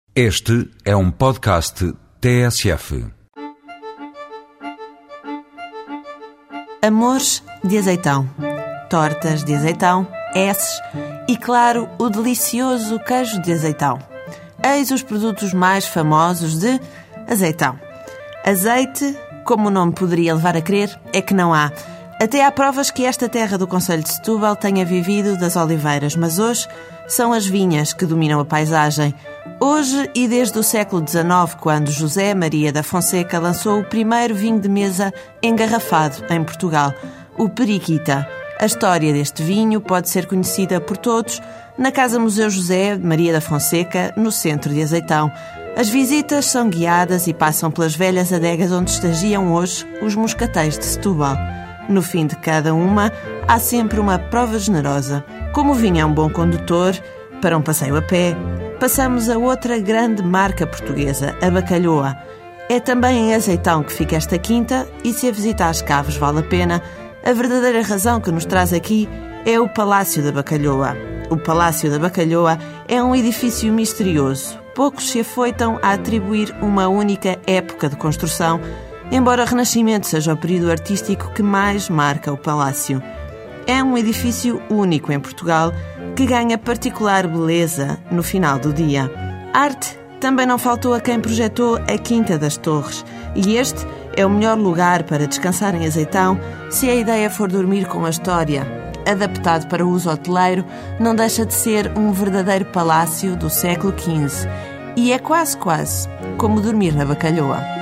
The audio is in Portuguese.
Este é um podcast TSF. Amores de azeitão, tortas de azeitão, esses e, claro, o delicioso queijo de azeitão. Eis os produtos mais famosos de azeitão. Azeite, como o nome poderia levar a crer, é que não há. Até há provas que esta terra do concelho de Setúbal tenha vivido das oliveiras, mas hoje são as vinhas que dominam a paisagem. Hoje e desde o século XIX, quando José Maria da Fonseca lançou o primeiro vinho de mesa engarrafado em Portugal, o Periquita. A história deste vinho pode ser conhecida por todos na Casa Museu José Maria da Fonseca, no centro de Azeitão. As visitas são guiadas e passam pelas velhas adegas onde estagiam hoje os moscatéis de Setúbal. No fim de cada uma, há sempre uma prova generosa. Como o vinho é um bom condutor para um passeio a pé, passamos a outra grande marca portuguesa, a Bacalhoa. É também em Azeitão que fica esta quinta e, se a visitar as caves vale a pena, a verdadeira razão que nos traz aqui é o Palácio da Bacalhoa. O Palácio da Bacalhoa é um edifício misterioso. Poucos se afoitam a atribuir uma única época de construção, embora o Renascimento seja o período artístico que mais marca o palácio. É um edifício único em Portugal que ganha particular beleza no final do dia. Arte também não faltou a quem projetou a Quinta das Torres, e este é o melhor lugar para descansar em Azeitão se a ideia for dormir com a história. Adaptado para o uso hoteleiro, não deixa de ser um verdadeiro palácio do século XV. E é quase como dormir na Bacalhoa.